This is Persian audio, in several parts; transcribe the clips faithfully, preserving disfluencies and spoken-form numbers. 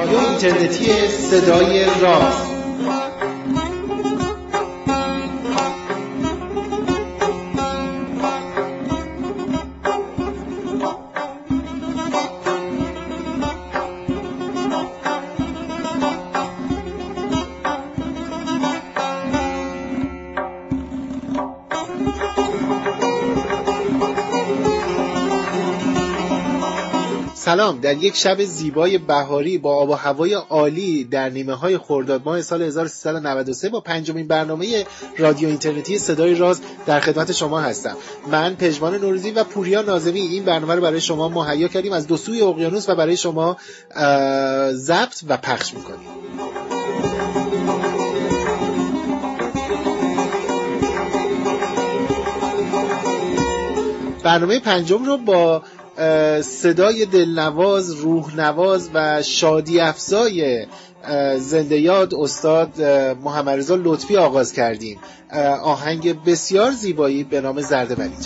رادیو اینترنتی صدای راز. سلام. در یک شب زیبای بهاری با آب و هوای عالی در نیمه های خرداد ماه سال هزار و سیصد و نود و سه با پنجمین برنامه رادیو اینترنتی صدای راز در خدمت شما هستم. من پژمان نوروزی و پوریا ناظمی این برنامه رو برای شما مهیا کردیم، از دو سوی اقیانوس و برای شما ضبط و پخش میکنیم. برنامه پنجم رو با صدای دلنواز، روحنواز و شادی افزای زنده یاد استاد محمد رضا لطفی آغاز کردیم. آهنگ بسیار زیبایی به نام زرد بریجه.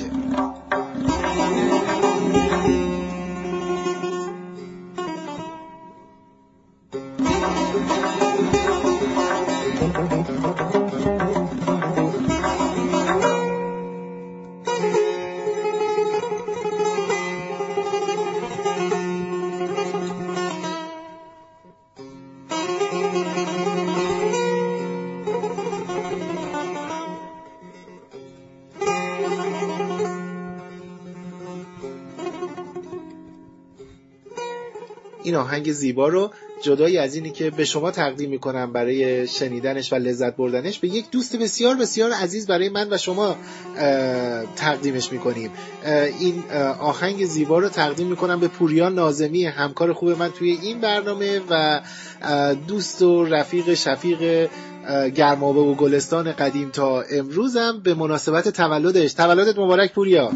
این آهنگ زیبا رو جدایی از اینی که به شما تقدیم میکنم برای شنیدنش و لذت بردنش، به یک دوست بسیار بسیار عزیز برای من و شما تقدیمش میکنیم. این آهنگ زیبا رو تقدیم میکنم به پوریا ناظمی، همکار خوب من توی این برنامه و دوست و رفیق شفیق گرمابه و گلستان قدیم تا امروزم به مناسبت تولدش. تولدت مبارک پوریا.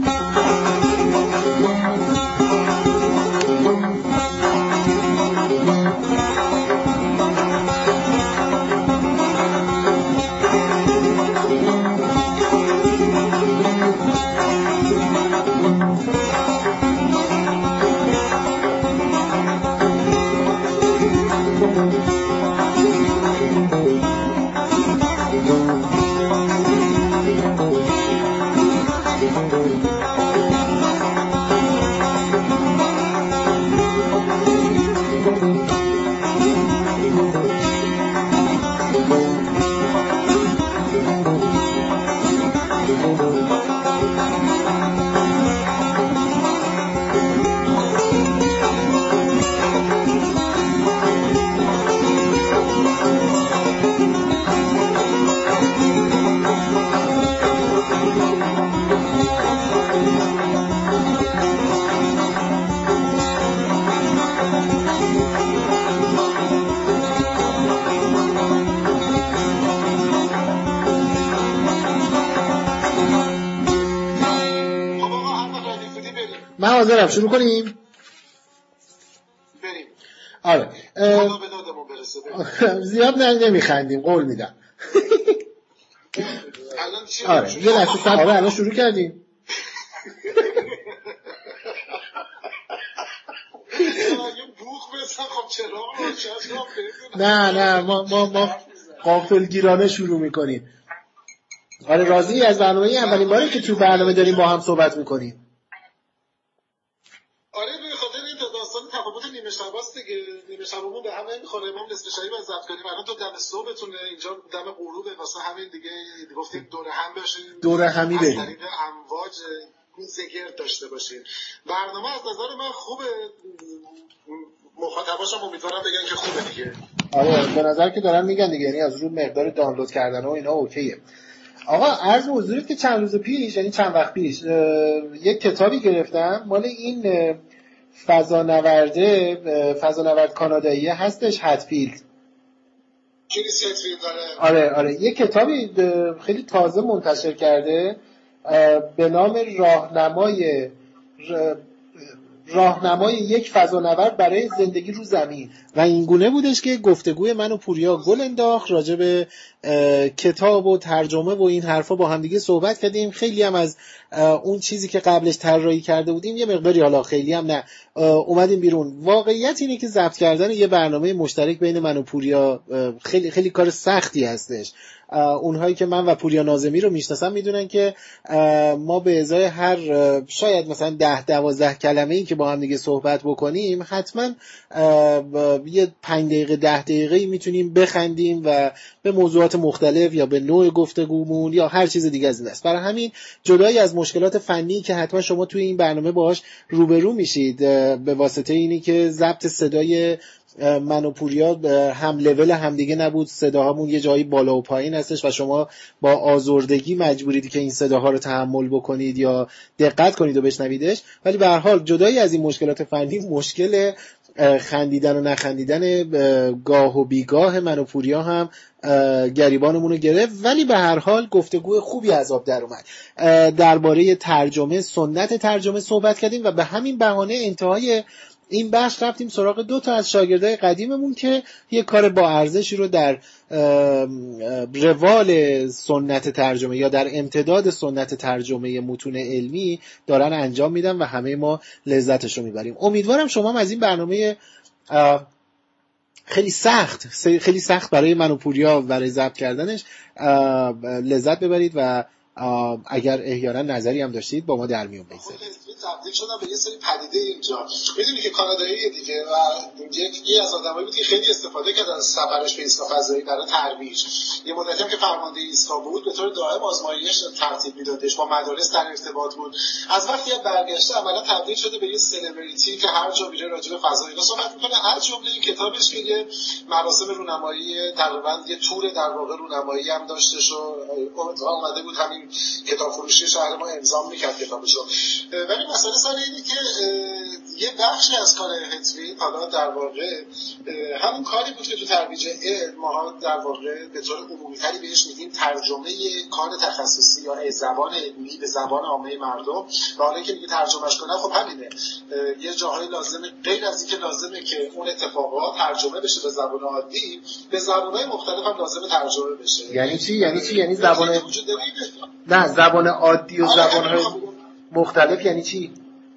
من حاضرم. شروع کنیم؟ بریم. آره. خدا به دادمون برسه. زیاد نه نمیخندیم، قول میدم. الان چی؟ آره. یه لحظه صبر. آره الان شروع کردیم. یه بوق بزن. خب چرا روشن؟ نه نه ما ما ما غافلگیرانه شروع میکنیم. آره راضی از برنامه اولین باره که تو برنامه داریم با هم صحبت میکنیم. آره به خاطر این تا داستان تفاوت نیمه شب است دیگه. نیمه شبمون به همه میخوره. ما نصف شبی باید ضبط کنیم. الان تو دم صبحتونه، اینجا دم غروبه، واسه همین دیگه گفتیم دور هم باشیم، دور همی بریم، از طریق امواج زگرد داشته باشیم. برنامه از نظر من خوبه. مخاطباشم امیدوارم بگن که خوبه دیگه. آره به نظر که دارن میگن دیگه، یعنی از رو مقدار دانلود کردن و اینا اوکیه. آقا عرض به حضورت که چند روز پیش، یعنی چند وقت پیش، یک کتابی گرفتم مال این فضانورده فضانورد کانادایی هستش، هتفیلد. کریس هتفیلد. آره آره یک کتابی خیلی تازه منتشر کرده به نام راهنمای راهنمای یک فضانورد برای زندگی رو زمین و این گونه بودش که گفتگوی من و پوریا گل انداخت راجع به کتاب و ترجمه و این حرفا با هم دیگه صحبت کردیم. خیلی هم از اون چیزی که قبلش طراحی کرده بودیم یه مقداری، حالا خیلی هم نه، اومدیم بیرون. واقعیت اینه که ضبط کردن یه برنامه مشترک بین من و پوریا خیلی خیلی کار سختی هستش. اونهایی که من و پوریا ناظمی رو میشناسن میدونن که ما به ازای هر شاید مثلا ده دوازده کلمه ای که با هم دیگه صحبت بکنیم حتما یه پنج دقیقه ده دقیقه میتونیم بخندیم و به موضوعات مختلف یا به نوع گفتگومون یا هر چیز دیگه از این دست. برای همین جدایی از مشکلات فنی که حتما شما توی این برنامه باهاش روبرو میشید به واسطه اینی که ضبط صدای من و پوریا هم لول همدیگه نبود، صداهامون یه جایی بالا و پایین هستش و شما با آزردگی مجبورید که این صداها رو تحمل بکنید یا دقت کنید و بشنویدش. ولی به هر حال جدایی از این مشکلات فنی، مشکل خندیدن و نخندیدن گاه و بیگاه من و پوریا هم گریبانمون رو گرفت. ولی به هر حال گفتگو خوبی از آب در اومد. درباره ترجمه، سنت ترجمه صحبت کردیم و به همین بهانه انتهای این بخش رفتیم سراغ دو تا از شاگردای قدیممون که یه کار با ارزشی رو در روال سنت ترجمه یا در امتداد سنت ترجمه متون علمی دارن انجام میدن و همه ما لذتش رو میبریم. امیدوارم شما هم از این برنامه خیلی سخت خیلی سخت برای من و پوریا برای ضبط کردنش لذت ببرید و اگر احیانا نظری هم داشتید با ما در میون بگذارید. تبدیل شدم به یه سری پدیده اینجا. میدونی که کاناداییه دیگه و یکی از آدمایی بود که خیلی استفاده کرد از سفرش به ایستگاه فضایی برای ترویج. یه مدتی هم که فرمانده ایستگاه بود به طور دائم آزمایش ترتیب میدادش، با مدارس در ارتباط بود. از وقتی هم برگشته عملا تبدیل شده به یه سلبریتی که هر جا میره راجع به فضایی صحبت میکنه. از جمله این کتابش که یه مراسم رونمایی تقریبا یه تور در واقع رونمایی هم داشتش و اومده بود همین کتاب فروشی شهر ما امضا میکرد کتابشو. ولی مسئله سر اینه که یه بخشی از کار هتوین حالا در واقع همون کاری بود که تو ترویج علم ما در واقع به طور عمومی‌تری بهش میگیم ترجمه کار تخصصی یا زبان علمی به زبان عامه مردم. و حالا که میگه ترجمهش کنه خب همینه، یه جاهای لازمه غیر از اینکه لازمه که اون اتفاقات ترجمه بشه به زبان عادی، به زبان‌های مختلف هم لازمه ترجمه بشه. یعنی چی؟ یعنی چی؟ یعنی زبان نه زبان عادی و زبان‌های مختلف یعنی چی؟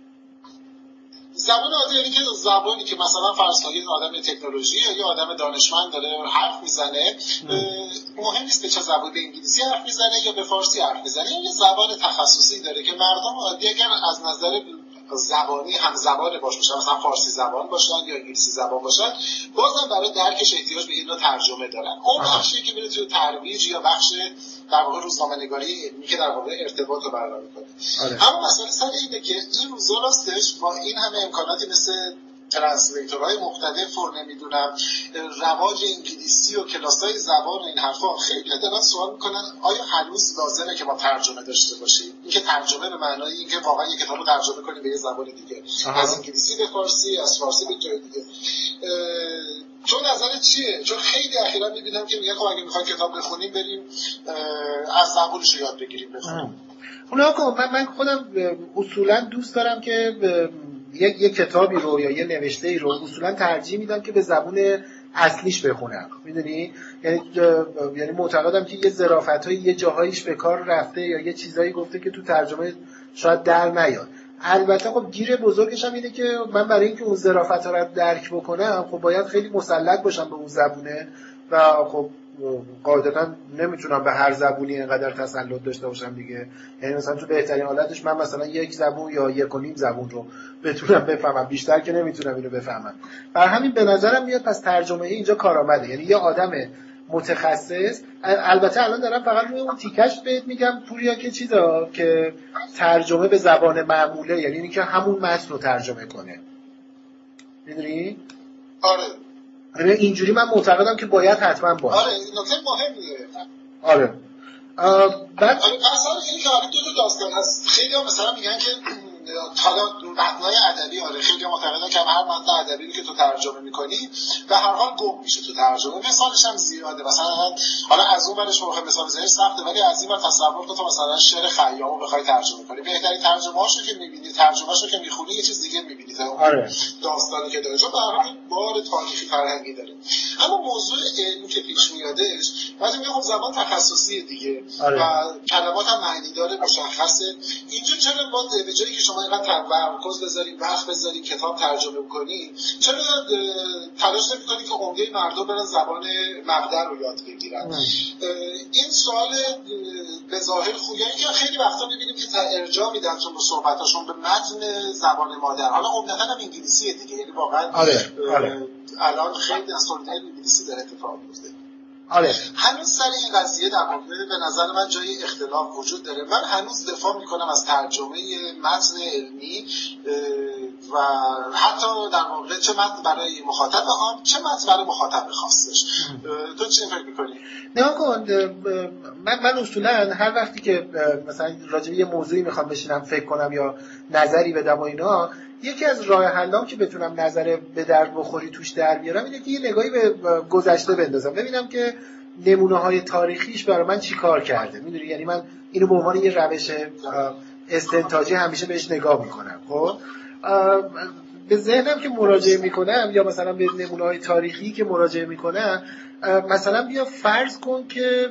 زبان عادی یعنی که زبانی که مثلا فرض کنید یه آدم تکنولوژی یا یه آدم دانشمند داره حرف میزنه، مهم نیست به چه زبانی، به انگلیسی حرف میزنه یا به فارسی حرف میزنه، یه زبان تخصصی داره که مردم عادی اگر از نظر زبانی هم زبان باش باشن، مثلا فارسی زبان باشن یا انگلیسی زبان باشن، بازم برای درکش احتیاج به این نوع ترجمه دارن. اون بخشی که میره توی ترویج یا بخش در واقع روزنامه‌نگاری علمی که در واقع ارتباط رو برقرار می‌کنه. اما مسئله سر اینه که این روزا راستش با این همه امکاناتی مثل ترنسلیتورهای مختلف و نمیدونم رواج انگلیسی و کلاس‌های زبان و این حرفا، خیلی دارن سوال میکنن آیا هنوز لازمه که ما ترجمه داشته باشیم؟ اینکه ترجمه به معنای اینکه واقعا یک کتابو ترجمه کنیم به یه زبان دیگه، آها. از انگلیسی به فارسی، از فارسی به جای دیگه. تو نظرت چیه؟ چون خیلی اخیراً میبینم که میگن خب اگه میخوایم کتاب بخونیم بریم از زبانش یاد بگیریم بخونیم. اونا من من خودم اصولا دوست دارم که یک یک کتابی رو یا یه نوشته‌ای رو اصولا ترجیح میدم که به زبان اصلیش بخونم. میدونی؟ یعنی یعنی معتقدم که یه ظرافتایی یه جاهایش به کار رفته یا یه چیزایی گفته که تو ترجمه شاید در نیاد. البته خب گیر بزرگش هم اینه که من برای اینکه اون ظرافت‌ها رو درک بکنم خب باید خیلی مسلط باشم به اون زبونه و خب قاعدتا نمیتونم به هر زبونی اینقدر تسلط داشته باشم دیگه. یعنی مثلا تو بهترین حالتش من مثلا یک زبون یا یک و نیم زبون رو بتونم بفهمم، بیشتر که نمیتونم اینو بفهمم. بر همین به نظرم میاد پس ترجمه اینجا کارآمده. یعنی یه آدم متخصص، البته الان دارم فقط روی اون تیکش بهت میگم پوریا که چیزا که ترجمه به زبان معموله، یعنی اینکه همون متن رو ترجمه کنه. میدونی؟ آره. اینجوری من معتقدم که باید حتما باشه. آره نکته مهمیه. آره. بعد آره مثلا اینکه آره دو تا داستان هست. خیلی ها مثلا میگن که حالا متنای ادبی آره خیلی معتقدن که هر متن ادبی که تو ترجمه میکنی به هر حال گم میشه تو ترجمه. مثالش هم زیاده، مثلا حالا از اون برش موقع مثال بزنی سخته، ولی از این ور تصور کن تو مثلا شعر خیامو بخوای ترجمه کنی، بهترین ترجمه‌هاشو که می‌بینی، ترجمه‌اشو که می‌خونی یه چیز دیگه می‌بینی تا آره. داستانی که داره، چون به هر حال بار تاریخی فرهنگی داره. اما موضوع علمی که پیش میادش بعضی میگن خب زبان تخصصی دیگه آره. و کلمات هم معنی داره مشخصه. اینجا چرا ما به جایی که شما اینقدر تمرکز بذارید، وقت بذارید کتاب ترجمه کنید، چرا تلاش نمی‌کنید که عمده مردم برن زبان مقدر رو یاد بگیرن؟ این سوال به ظاهر خوبه، که خیلی وقتا می‌بینیم که ارجاع میدن چون صحبتاشون به متن زبان مادر، حالا عمدتاً هم انگلیسیه دیگه، یعنی واقعا آره. آره. الان خیلی از صحبت‌های انگلیسی داره اتفاق میفته. آره. هنوز سر این قضیه در واقع به نظر من جای اختلاف وجود داره. من هنوز دفاع میکنم از ترجمه متن علمی و حتی در واقع چه متن برای مخاطب عام چه متن برای مخاطب خاصش. تو چی فکر میکنی؟ نگاه کن، من من اصولا هر وقتی که مثلا راجع به یه موضوعی میخوام بشینم فکر کنم یا نظری بدم و اینا، یکی از راه حلام که بتونم نظر به درد بخوری توش در بیارم اینه که یه نگاهی به گذشته بندازم، ببینم که نمونه‌های تاریخیش برای من چی کار کرده. میدونی، یعنی من اینو به عنوان یه روش استنتاجی همیشه بهش نگاه میکنم. خب به ذهنم که مراجعه میکنم یا مثلا به نمونه‌های تاریخی که مراجعه میکنم، مثلا بیا فرض کن که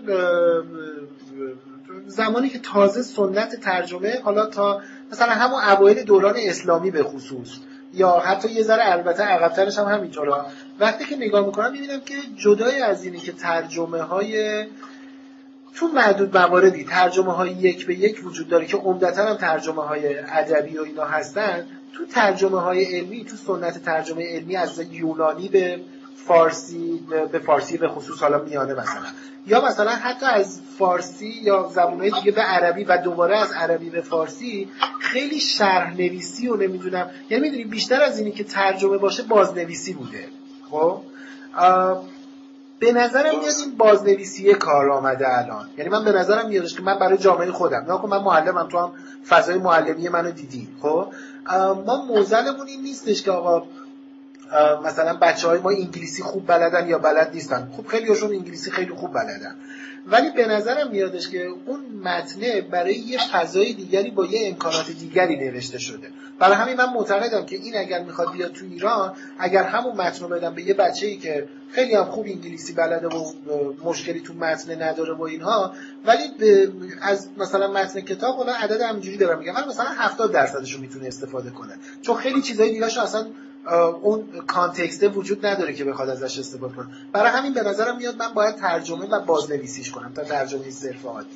زمانی که تازه سنت ترجمه، حالا تا مثلا همون اوایل دوران اسلامی به خصوص، یا حتی یه ذره البته عقب‌ترش هم همینطورا، وقتی که نگاه میکنم میبینم که جدای از اینی که ترجمه های تو معدود مواردی ترجمه های یک به یک وجود داره که عمدتاً هم ترجمه های ادبی و اینا هستن، تو ترجمه های علمی، تو سنت ترجمه علمی از یونانی به فارسی به فارسی به خصوص حالا میانه مثلا، یا مثلا حتی از فارسی یا زبان‌های دیگه به عربی و دوباره از عربی به فارسی، خیلی شرح نویسی و نمیدونم، یعنی میدونی بیشتر از اینی که ترجمه باشه بازنویسی بوده. خب به نظرم میاد این بازنویسی کار آمده الان. یعنی من به نظرم میادش که من برای جامعه خودم، نه من معلمم، تو هم فضای معلمی منو دیدی، خب ما موزلمون این نیستش که آقا مثلا بچه‌های ما انگلیسی خوب بلدن یا بلد نیستن. خب خیلی هاشون انگلیسی خیلی خوب بلدن، ولی به نظرم میادش که اون متنه برای یه فضای دیگری با یه امکانات دیگری نوشته شده. برای همین من معتقدم که این اگر میخواد بیاد تو ایران، اگر همون متن رو بدم به یه بچه‌ای که خیلی هم خوب انگلیسی بلده و مشکلی تو متن نداره و اینها، ولی از مثلا متن کتاب حالا عدد همینجوری دارم میگم، من مثلا هفتاد درصدش رو میتونه استفاده کنه، چون خیلی چیزای دیگه‌شو اصلا اون کانتکست وجود نداره که بخواد ازش استفاده کنه. برای همین به نظرم میاد من باید ترجمه و بازنویسیش کنم تا ترجمه صرف عادی.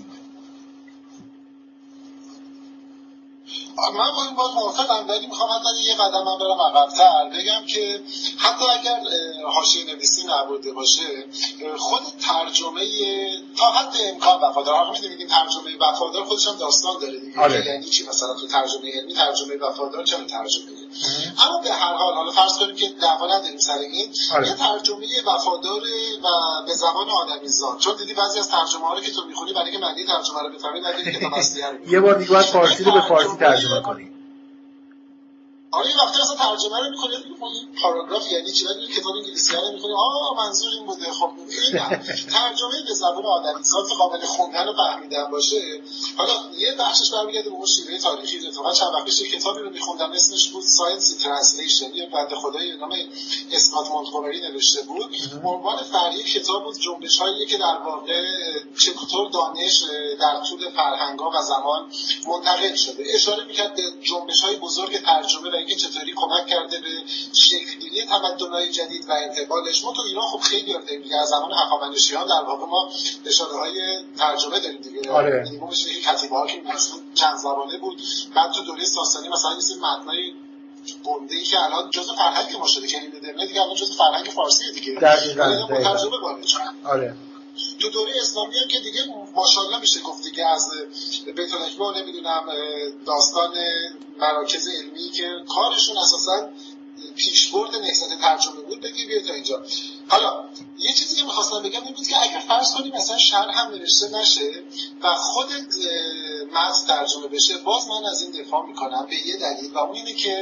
من با این باید موافقم، ولی میخوام حتی یه قدم من برم عقب‌تر بگم که حتی اگر حاشیه نویسی نبوده باشه، خود ترجمه تا حد امکان وفادار، حالا می‌دونید ترجمه وفادار خودش هم داستان داره دیگه. آره. یعنی چی؟ مثلا تو ترجمه علمی ترجمه وفادار چه ترجمه؟ اما به هر حال حالا فرض کنیم که دعوا نداریم سر این، آره. یه ترجمه وفادار و به زبان آدمیزاد، چون دیدی بعضی از ترجمه‌ها رو که تو می‌خونی برای اینکه معنی ترجمه رو بفهمی نداری کتاب اصلی رو یه بار دیگه باید فارسی رو به فارسی ترجمه کنی. آره یه وقتی اصلا ترجمه رو می‌کنی این پاراگراف یعنی چی، ولی کتاب انگلیسی رو می‌خونی آها منظور این بوده. خب این ترجمه به زبان آدمیزاد که قابل خوندن و فهمیدن باشه. حالا یه بخشش برمیگرده به اون شیوه تاریخی. من چند وقت پیش کتابی رو می‌خوندم اسمش بود ساینس ترنسلیشن، یه بنده خدای نام اسکات مونتگومری نوشته بود. عنوان فرعی کتاب بود جنبش‌هایی که در واقع چطور دانش در طول فرهنگ‌ها و زمان منتقل شده. اشاره می‌کرد به جنبش‌های بزرگ ترجمه و اینکه چطوری کمک کرده به شکل‌گیری تمدن‌های جدید و انتقالش. ما تو ایران خب خیلی یادیم دیگه، از زمان هخامنشیان در واقع ما اشاره‌های ترجمه داریم دیگه. آره. مینیممش یک کتیبه‌ها که چند زبانه بود. بعد تو دوره ساسانی مثلا یه سری متنای گنده‌ای که الان جزء فرهنگ ما شده که اینترنت دیگه الان جزء فرهنگ فارسی دیگه. دقیقاً. ترجمه وارد شد. آره. تو دوره اسلامی هم که دیگه ماشاءالله میشه گفت دیگه از بیت الحکمه نمیدونم داستان مراکز علمی که کارشون اساساً پیشبرد نهضت ترجمه بود بگی بیا تا اینجا. حالا یه چیزی که می‌خواستم بگم این بود که اگر فرض کنیم مثلا شرح هم نوشته نشه و خود متن ترجمه بشه، باز من از این دفاع میکنم به یه دلیل و اون اینه که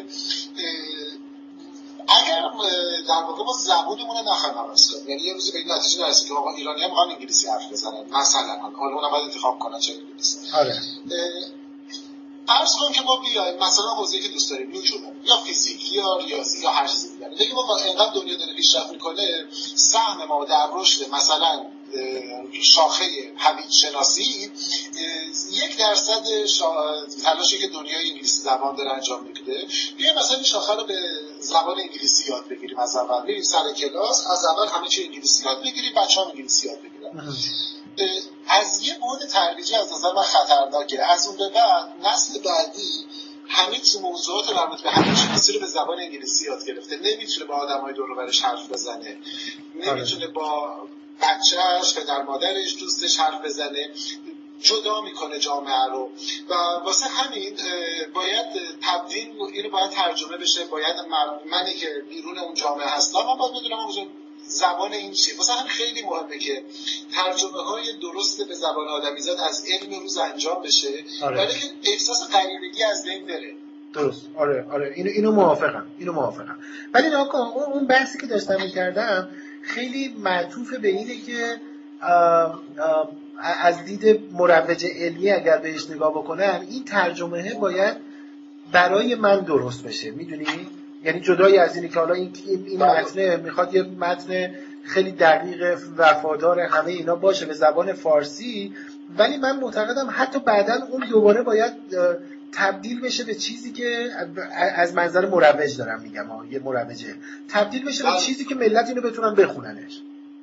اگر در واقع ما زبونمون رو نخواهیم عوض کنیم، یعنی یه روزی به این نتیجه نرسیم که آقا ایرانی‌ها می‌خوان انگلیسی حرف بزنن مثلا، حالا اونم باید انتخاب کنن چه انگلیسی. آره. فرض کن که ما بیایم مثلا حوزه‌ای که دوست داریم، نجوم یا فیزیک یا ریاضی یا هر چیزی دیگه، بگیم ما اینقدر دنیا داره پیشرفت میکنه، سهم ما در رشد مثلا شاخه هویج شناسی یک درصد شا... تلاشی که دنیای انگلیسی زبان داره انجام میده، بیایم مثلا این شاخه رو به زبان انگلیسی یاد بگیریم. از اول میریم سر کلاس، از اول همه چی انگلیسی یاد بگیریم، بچه‌ها انگلیسی یاد بگیرن. از یه بعد ترویجی از نظر من خطرناکه. از اون به بعد نسل بعدی همه چیز موضوعات مربوط به همه چیز رو به زبان انگلیسی یاد گرفته، نمیتونه با آدمای دور و برش حرف بزنه، نمیتونه با بچه‌اش، پدر مادرش، دوستش حرف بزنه، جدا میکنه جامعه رو. و واسه همین باید تبدیل اینو باید ترجمه بشه، باید منی که بیرون اون جامعه هستم من باید بدونم اون زبان این چیه. واسه هم خیلی مهمه که ترجمه های درست به زبان آدمیزاد از علم روز انجام بشه، آره. ولی که احساس غریبگی از بین بره. درست. آره آره اینو اینو موافقم اینو موافقم ولی ناکن اون بحثی که داشتم می‌کردم خیلی معطوف به اینه که آه آه از دید مروج علمی اگر بهش نگاه بکنن این ترجمه باید برای من درست بشه، میدونی؟ یعنی جدای از اینی که حالا این این متن میخواد یه متن خیلی دقیق وفادار همه اینا باشه به زبان فارسی، ولی من معتقدم حتی بعداً اون دوباره باید تبدیل بشه به چیزی که از منظر مروج دارم میگم ها، یه مروجه تبدیل بشه به چیزی که ملت اینو بتونن بخوننش.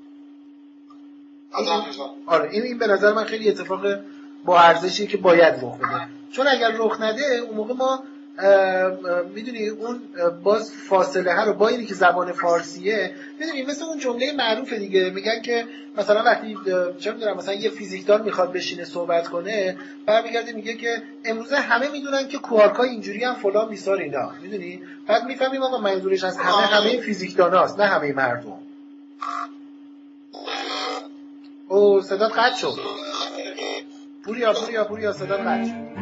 آره این این به نظر من خیلی اتفاق با ارزشی که باید رخ بده، چون اگر رخ نده اون موقع ما میدونی اون باز فاصله ها رو با اینی که زبان فارسیه، میدونی مثل اون جمله معروف دیگه میگن که مثلا وقتی چه میدونم مثلا یه فیزیکدان میخواد بشینه صحبت کنه برمیگرده میگه که امروزه همه میدونن که کوارک‌ها اینجوری هم فلان بیسار اینا، میدونی؟ بعد میفهمیم آقا منظورش از همه همه فیزیکداناست نه همه مردم. او صدات قطع شد. پوریا پوریا پوریا صدات قطع شد.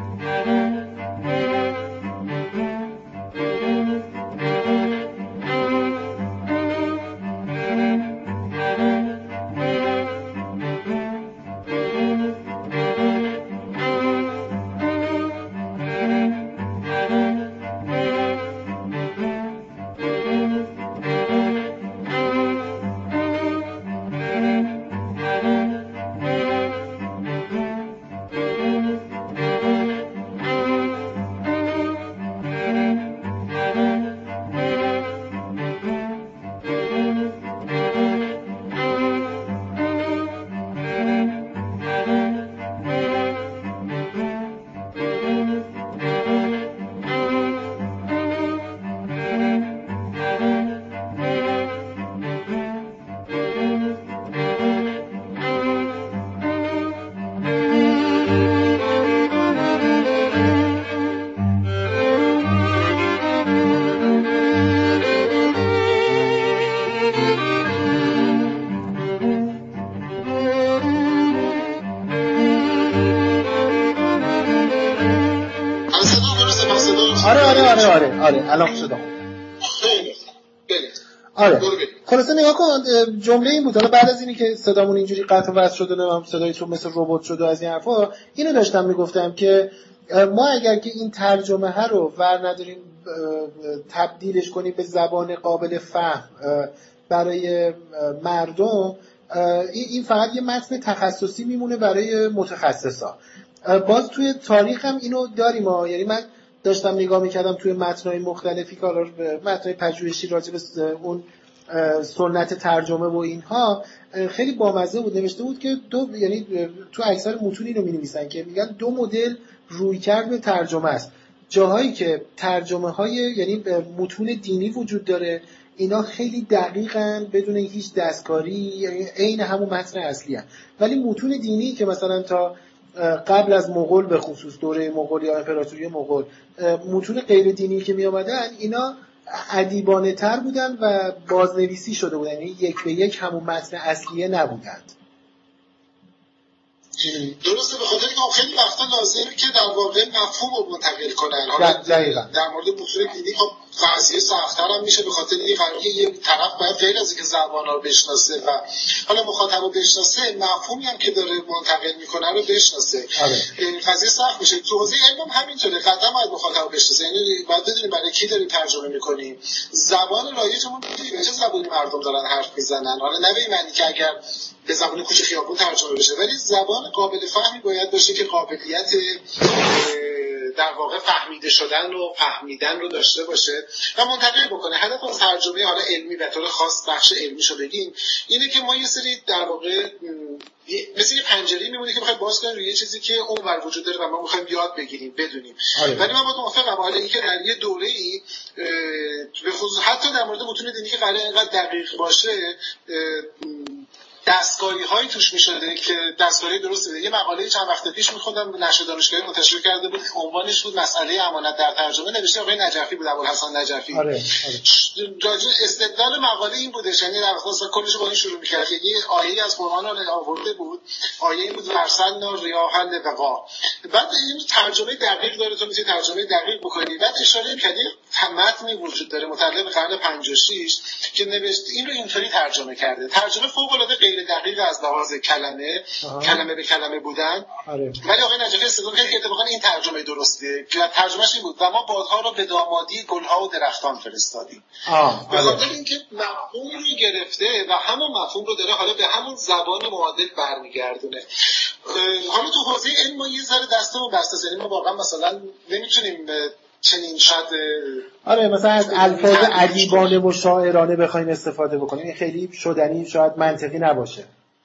آره الان شد. آره خلاصه نگاه کن جمله این بود. حالا بعد از اینی که صدامون اینجوری قطع و وصل شد و هم صدای تو مثل ربات شد و از این حرفا، اینو داشتم میگفتم که ما اگر که این ترجمه ها رو ور نداریم تبدیلش کنیم به زبان قابل فهم برای مردم، این فقط یه متن تخصصی میمونه برای متخصصا. باز توی تاریخ هم اینو داریم ها، یعنی من داشتم نگاه میکردم توی متن‌های مختلفی که متن‌های پژوهشی راجع به اون سنت ترجمه و اینها خیلی بامزه بود. نوشته بود که دو، یعنی تو اکثر متون اینو می‌نویسن که میگن دو مدل رویکرد به ترجمه است. جاهایی که ترجمه‌های یعنی متون دینی وجود داره، اینا خیلی دقیقاً بدون هیچ دستکاری، یعنی عین همون متن اصلی هست. ولی متون دینی که مثلا تا قبل از مغول به خصوص دوره مغول یا امپراتوری مغول متون غیر دینی که می آمدن، اینا ادیبانه تر بودن و بازنویسی شده بودن، یعنی یک به یک همون متن اصلیه نبودند. درسته، به خاطر اینکه خیلی وقتا لازمه که در واقع مفهوم رو منتقل کنن. حالا در مورد متون دینی خب قضیه سخت‌تر هم میشه، به خاطر اینکه قضیه یک طرف باید غیر از اینکه زبان‌ها رو بشناسه و حالا مخاطب رو بشناسه، مفهومی هم که داره منتقل میکنه رو بشناسه. قضیه سخت میشه. تو حوزه علم هم همینطوره، قطعا باید مخاطب رو بشناسه، یعنی باید بدونیم برای کی داریم ترجمه میکنیم. زبان رایجمون به چه زبانی مردم دارن حرف میزنن. حالا نه به معنی که اگر به زبان کوچه خیابون ترجمه بشه، ولی زبان قابل فهمی باید باشه که قابلیت در واقع فهمیده شدن و فهمیدن رو داشته باشه و منتقل بکنه. هدف از ترجمه حالا علمی به طور خاص بخش علمی شو بگیم اینه که ما یه سری در واقع مثل یه پنجره‌ای میمونه که می‌خوایم باز کنیم روی یه چیزی که اونور وجود داره و ما می‌خوایم یاد بگیریم بدونیم. ولی من با تو موافقم، حالا اینکه در یه دوره‌ای به خصوص حتی در مورد متون دینی که قراره اینقدر دقیق باشه دستکاری هایی توش میشده که دستکاری درسته. یه مقاله چند وقت پیش میخوندم نشر دانشگاهی منتشر کرده بود، عنوانش بود مسئله امانت در ترجمه، نوشته آقای نجفی بود، ابوالحسن نجفی. آره آره. راجع استدلال مقاله این بودش، یعنی در واقع کلش با این شروع می‌کرد که یه آیه از قرآن رو آورده بود، آیه این بود ورسلنا ریاحا لبقا. بعد این ترجمه دقیق داره، تو میتونی ترجمه دقیق بکنی. بعد اشاره کرد متنی وجود داره متعلق به قرن پنجاه و شش که نوشته این رو اینطوری ترجمه کرده. ترجمه فوق‌العاده غیر دقیق از لحاظ کلمه آه. کلمه به کلمه بودن. آره. ولی آقای نجفی استدلال کرد که اتفاقا این ترجمه درسته که ترجمهش این بود و ما بادها رو به دامادی گلها و درختان فرستادیم. به خاطر اینکه مفهوم رو گرفته و همون مفهوم رو داره حالا به همون زبان معادل برمیگردونه. حالا تو حوزه علم ما یه ذره دستمون بسته است، یعنی ما واقعا مثلا نمیتونیم چنین شاید آره مثلا از الفاظ ادیبانه و شاعرانه بخوایم استفاده بکنیم، این خیلی شدنی شاید منطقی نباشه.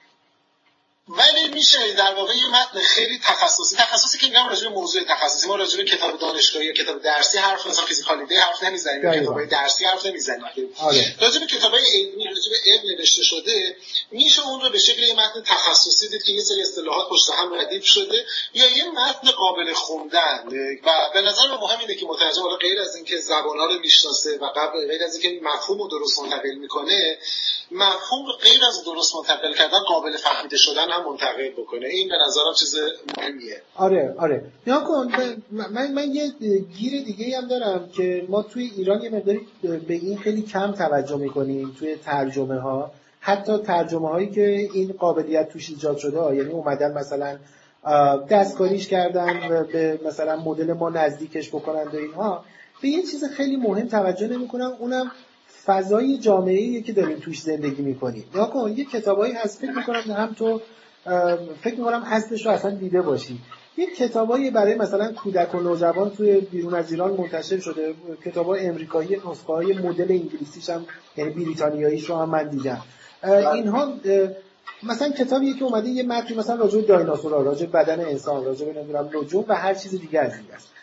ولی میشه در واقع یه متن خیلی تخصصی تخصصی که میگم راجع به موضوع تخصصی، ما راجع به کتاب دانشگاهی یا کتاب درسی حرف مثلا فیزیکالیته حرف نمیزنیم یا کتابای درسی حرف نمیزنیم. آره. راجع به کتابای علمی راجع به علم نوشته شده میشه اون رو به شکل یه متن تخصصی دید که یه سری اصطلاحات پشت هم ردیف شده یا یه متن قابل خوندن و به نظر من مهم اینه که مترجم حالا غیر از اینکه زبان‌ها رو میشناسه و قبل غیر از اینکه مفهوم رو درست منتقل میکنه، مفهوم رو غیر از درست منتقل کردن قابل فهمیده شدن هم منتقل بکنه. این به نظرم چیز مهمیه. آره آره نیا کن من من یه گیر دیگه هم دارم که ما توی ایران یه مقداری به این خیلی کم توجه میکنیم توی ترجمه ها، حتی ترجمه هایی که این قابلیت توش ایجاد شده ها. یعنی اومدن مثلا دستکاریش کردن و به مثلا مدل ما نزدیکش بکنن و اینها، به یه چیز خیلی مهم توجه نمیکنن، اونم فضای جامعه‌ای که داریم توش زندگی میکنیم. یا کن یه کتابایی هست فکر میکنم هم تو فکر میکنم اصلش رو اصلا دیده باشی، یه کتابایی برای مثلا کودک و نوجوان توی بیرون از ایران منتشر شده، کتابای امریکایی، نسخه‌های مدل انگلیسیش هم یعنی بریتانیاییش رو هم من دیدم. اینها مثلا کتابیه که اومده یه متن مثلا راجع به دایناسورها، راجع به بدن انسان، راجع به نمیدونم نجوم و هر چیز دیگه از این است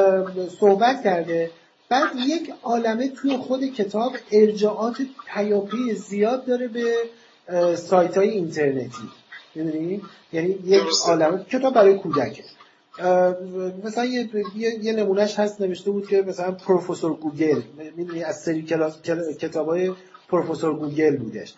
صحبت کرده. بعد یک عالمه توی خود کتاب ارجاعات پیاپی زیاد داره به سایت‌های اینترنتی، می‌دونی؟ یعنی یک عالمه کتاب برای کودکه. مثلا یه, یه،, یه نمونهش هست نوشته بود که مثلا پروفسور گوگل، می‌دونی از سری کلاس کتابای پروفسور گوگل بودش.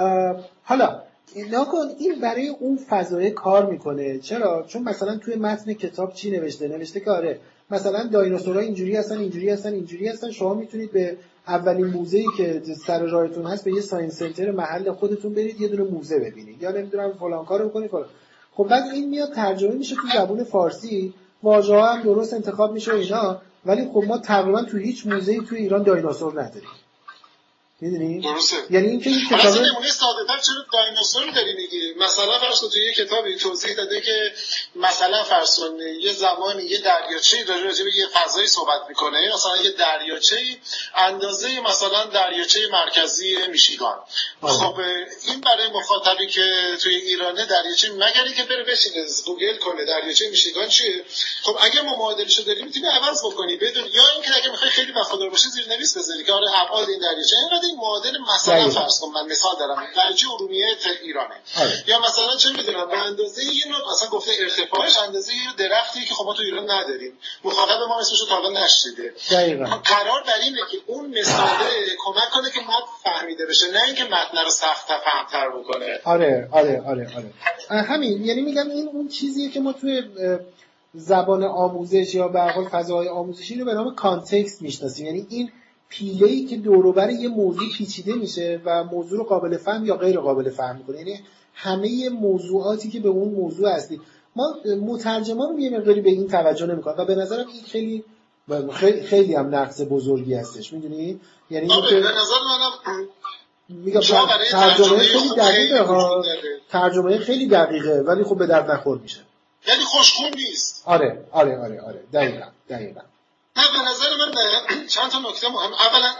حالا ناکن این برای اون فضای کار میکنه. چرا؟ چون مثلا توی متن کتاب چی نوشته؟ نوشته که آره مثلا دایناسورها اینجوری هستن اینجوری هستن اینجوری هستن، شما میتونید به اولین موزه‌ای که سر راهتون هست به یه ساینس سنتر محل خودتون برید یه دونه موزه ببینید یا نمیدونم فلان کارو بکنید فلان. خب بعد این میاد ترجمه میشه تو زبان فارسی، واژه‌ها هم درست انتخاب میشه اینا، ولی خب ما تقریبا تو هیچ موزه‌ای تو ایران دایناسور نداریم. میدونی؟ درسته. یعنی اینکه این کتاب مثلا نمونه ساده‌تر چرا دایناسور داری میگی؟ مثلا فرض کن تو یه کتابی توضیح داده که مثلا فرض کن یه زمانی یه دریاچه‌ای داره راجع به یه فضایی صحبت میکنه، مثلا یه دریاچه‌ای اندازه مثلا دریاچه مرکزی میشیگان. خب این برای مخاطبی که توی ایرانه دریاچه مگری که بره بشینه گوگل کنه دریاچه میشیگان چیه، خب اگه ما معادلشو داریم میتونی عوض بکنی بدون، یا اینکه اگه میخوای خیلی وفادار باشی زیرنویس بذاری که آره ابعاد این دریاچه اینقدر این معادل مثلا فرض کن من مثال دارم درجه ارومیه ایرانه آره. یا مثلا چه میدونم به اندازه یه نوع مثلا گفته ارتفاعش اندازه یه درختی که خب ما تو ایران نداریم، مخاطب ما اسمش رو تا حالا نشنیده. قرار بر اینه که اون مثاله کمک کنه که متن فهمیده بشه، نه اینکه متن رو سخت فهم‌تر بکنه. آره آره آره آره همین، یعنی میگم این اون چیزیه که ما توی زبان آموزش یا به هر حال فضای آموزشی رو به نام کانتکست میشناسیم، یعنی این پیله‌ای که دور و بر یه موضوع پیچیده میشه و موضوع رو قابل فهم یا غیر قابل فهم میکنه، یعنی همه موضوعاتی که به اون موضوع اصلی ما مترجمان یه مقداری به این توجه نمیکنن و به نظرم این خیلی خیلی, خیلی هم نقص بزرگی هستش، میدونی؟ یعنی این که به نظر منم میگم ترجمه خیلی دقیقه ها، ترجمه خیلی دقیقه ولی خب به درد نخور میشه، یعنی خوشخون نیست. آره آره آره آره دقیقاً دقیقاً. نه به نظر من چند تا نکته مهم. اولا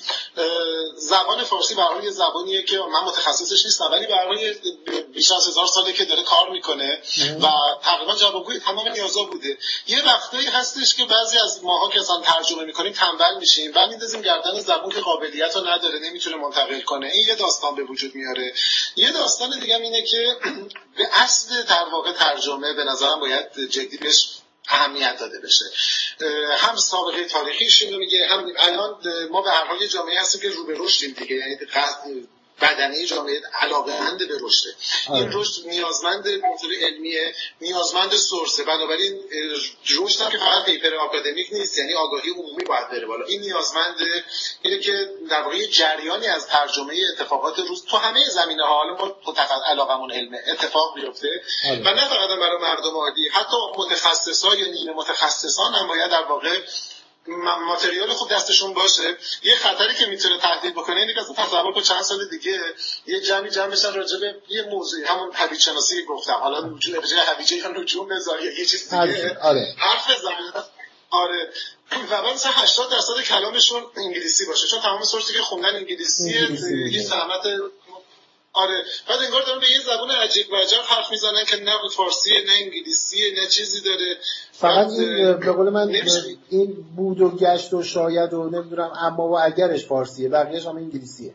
زبان فارسی به هر حال یه زبانیه که من متخصصش نیستم ولی به هر حال بیش از هزار ساله که داره کار میکنه و تقریبا جوابگوی تمام نیازا بوده. یه وقتایی هستش که بعضی از ماها که اصلا ترجمه میکنیم تنبل میشیم و میندازیم گردن زبان که قابلیت رو نداره، نمیتونه منتقل کنه. این یه داستان به وجود میاره. یه داستان دیگه اینه که به اصل در واقع ترجمه به نظرم باید جدی بهش اهمیت داده بشه. هم سابقه تاریخیش اینو میگه، هم الان ما به هر حال یه جامعه هستیم که رو به رشدیم دیگه، یعنی بدنه جامعه علاقه‌مند به رشد. این رشد نیازمند مطالعه علمیه، نیازمند سورسه، بنابراین رشد هم که فقط پیپر آکادمیک نیست، یعنی آگاهی عمومی باید بره بالا. این نیازمند اینه که در واقع جریانی از ترجمه اتفاقات روز تو همه زمینه‌ها، حالا ما متخصص علاقمون علمه، اتفاق بیفته و نه فقط برای مردم عادی، حتی متخصصا یا نیمه متخصصان هم باید در واقع ماتریال خوب دستشون باشه. یه خطری که میتونه تهدید بکنه اینه که تصور کن چند سال دیگه یه جمعی جمع بشن راجع به یه موضوعی، همون هویج شناسی گفتم، حالا نجوم هویجی یا نجوم نظاری یه چیز دیگه آره. حرف بزنن. آره و مثلا هشتاد درصد کلامشون انگلیسی باشه، چون تمام سورسی که خوندن انگلیسیه، یه سمت. آره بعد انگار دارن به یه زبان عجیب و عجب حرف میزنن که نه فارسیه نه انگلیسیه نه چیزی داره. فقط این به قول من این بود و گشت و شاید و نمیدونم اما و اگرش فارسیه، بقیه‌اش هم انگلیسیه.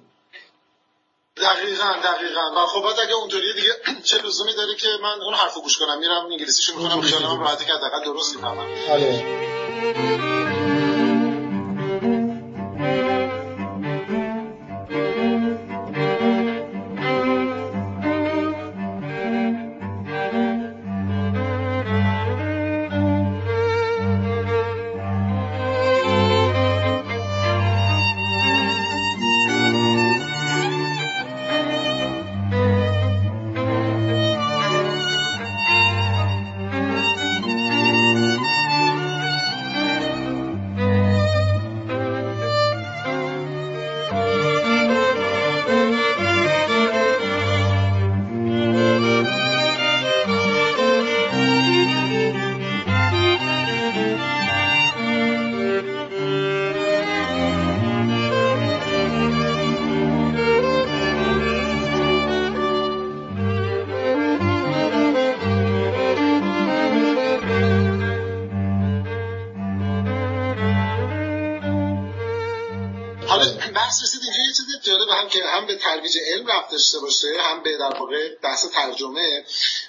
دقیقاً دقیقاً. و خب بعد اگه اونطوریه دیگه چه لزومی داره که من اون حرفو گوش کنم، میرم انگلیسیشو میخونم خیالم راحته که حداقل درست میفهمم. آره. هم به ترویج علم رفت داشته باشه، هم به در واقع بحث ترجمه.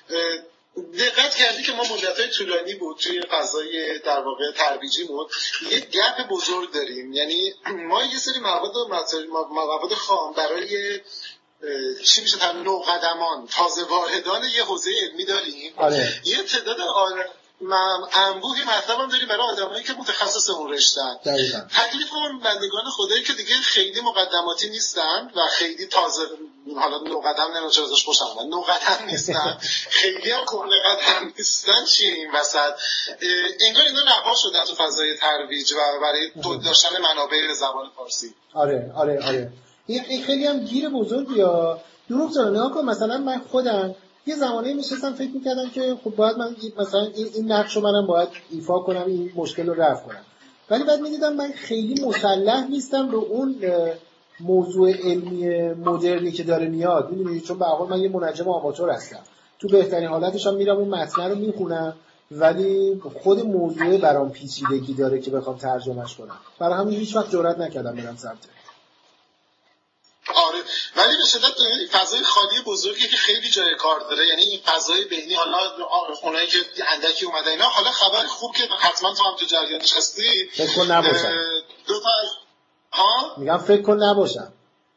دقت کردی که ما مدت‌های طولانی بود توی فضای در واقع ترویجیمون یه گپ بزرگ داریم، یعنی ما یه سری مواد مواد خام برای چی میشه تا نوقدمان تازه واردان یه حوزه علمی داریم. آره. یه تعداد من انبوهی مطلب هم داریم برای آدمایی که متخصص اون رشتن. تکلیف اون بندگان خدایی که دیگه خیلی مقدماتی نیستن و خیلی تازه، حالا نوقدم نمیدونم چرا ازش خوشم اومد، نوقدم نیستن خیلی هم کهنه قدم نیستن. چیه این وسط؟ انگار اینا رها شدن تو فضای ترویج و برای داشتن منابع زبان فارسی. آره آره آره این خیلی هم گیر بزرگی ها. دروغ چرا نگاه کن، مثلا من خودم یه زمانی میشستم فکر میکردم که خب باید من مثلا این, این نقش رو منم باید ایفا کنم، این مشکل رو رفع کنم، ولی بعد میدیدم من خیلی مسلح نیستم رو اون موضوع علمی مدرنی که داره میاد، میدونی، چون به هر حال من یه منجم آماتور هستم، تو بهترین حالتش هم میرم اون متن رو میخونم ولی خود موضوع برام پیچیدگی داره که بخوام ترجمهش کنم، برای همین هیچ وقت جرئت نکردم برم سمتش. ولی به شدت فضای خالی بزرگی که خیلی جای کار داره، یعنی این فضای بینی. حالا اونایی که اندکی اومدن اینا، حالا خبر خوب که حتما تو هم تو جریانش هستی، فکر کن نباشم. دو تا از ها میگم فکر کن نباشم.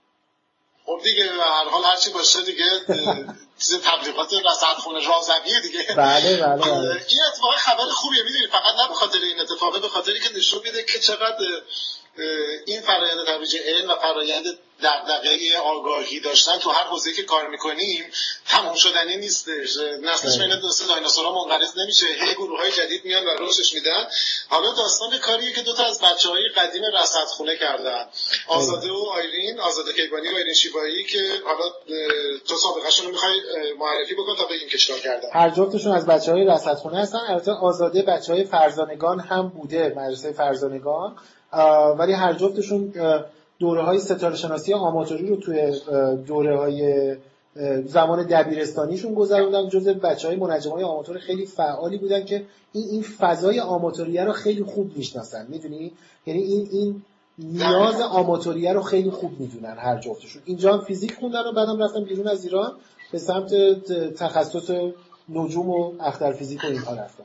خب دیگه هر حال هرچی باشه دیگه چیز تبلیغات رصدخونه رازویه دیگه. بله بله بله. این اتفاق خبر خوبیه، میدونی، فقط نه به خاطر این اتفاقه، به خاطری که نشون میده که چقدر این فرآیند ترویج علم و فرآیند دغدغه آگاهی داشتن تو هر حوزه‌ای که کار میکنیم تمام شدنی نیستش. نسلش بین دوست دایناسورها منقرض نمیشه، هی گروه‌های جدید میان و رشدش میدن. حالا داستان کاریه که دو تا از بچه‌های قدیم رصدخونه کردن، آزاده و آیرین، آزاده کیوانی و آیرین شیبایی، که حالا تو سابقه‌شون رو می‌خوای معرفی بکن تا بگیم که چیکار کردن. هر جفتشون از بچه‌های رصدخونه هستن. البته آزاده بچه‌های فرزانگان هم بوده، مدرسه فرزانگان، ولی هر جفتشون دوره‌های ستاره شناسی آماتوری رو توی دوره‌های زمان دبیرستانیشون گذروندن. جزو بچه‌های منجمای آماتور خیلی فعالی بودن که این این فضای آماتوریه رو خیلی خوب میشناسن، میدونی، یعنی این این نیاز آماتوریه رو خیلی خوب میدونن هر جفتشون. اینجا هم فیزیک خوندن و بعدم رفتن بیرون از ایران به سمت تخصص نجوم و اختر فیزیک و اینها رفتن.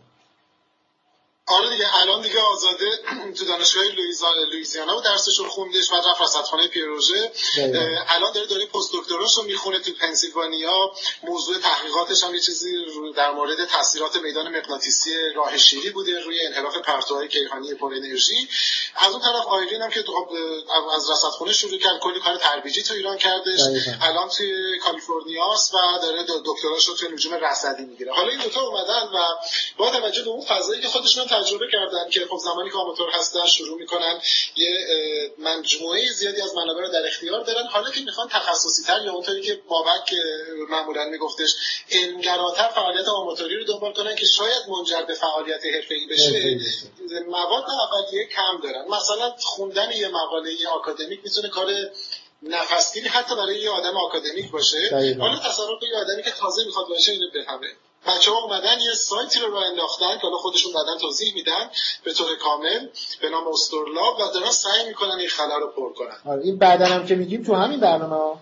آره دیگه، الان دیگه آزاده تو دانشگاه لوئیزیانا و درسش رو خوندش، بعد رفت رصدخانه پیروژه. الان داره داره پست دکتراش رو میخونه تو پنسیلوانیا. موضوع تحقیقاتش هم یه چیزی در مورد تاثیرات میدان مغناطیسی راه شیری بوده روی انحراف پرتوهای کیهانی پر انرژی. از اون طرف آیرین هم که از رصدخانه شروع کرد، کلی کار ترویجی تو ایران کردش. الان توی کالیفرنیاست و داره دکتراش رو تو نجوم رصدی میگیره. حالا این دو تا اومدن و با توجه به اون فضایی که خودشون تجربه کردن که خب زمانی که آماتور هستن شروع میکنن یه مجموعه زیادی از منابع رو در اختیار دارن. حالا که میخوان تخصصی تر یا اونطوری که بابک معمولا میگفتش علمگراتر فعالیت آماتوری رو دنبال کنن که شاید منجر به فعالیت حرفه‌ای بشه، مواد اولیه کم دارن. مثلا خوندن یه مقاله آکادمیک میتونه کار نفسگیری حتی برای یه آدم آکادمیک باشه. حالا تصور کن یه آدمی که تازه میخواد باشه اینو بفهمه. بچه‌ها اومدن یه سایتی رو راه انداختن که حالا خودشون بعداً توضیح میدن به طور کامل به نام استرلاب و دارن سعی میکنن این خلا رو پر کنن. آره این بعداً هم که میگیم تو همین برنامه ها.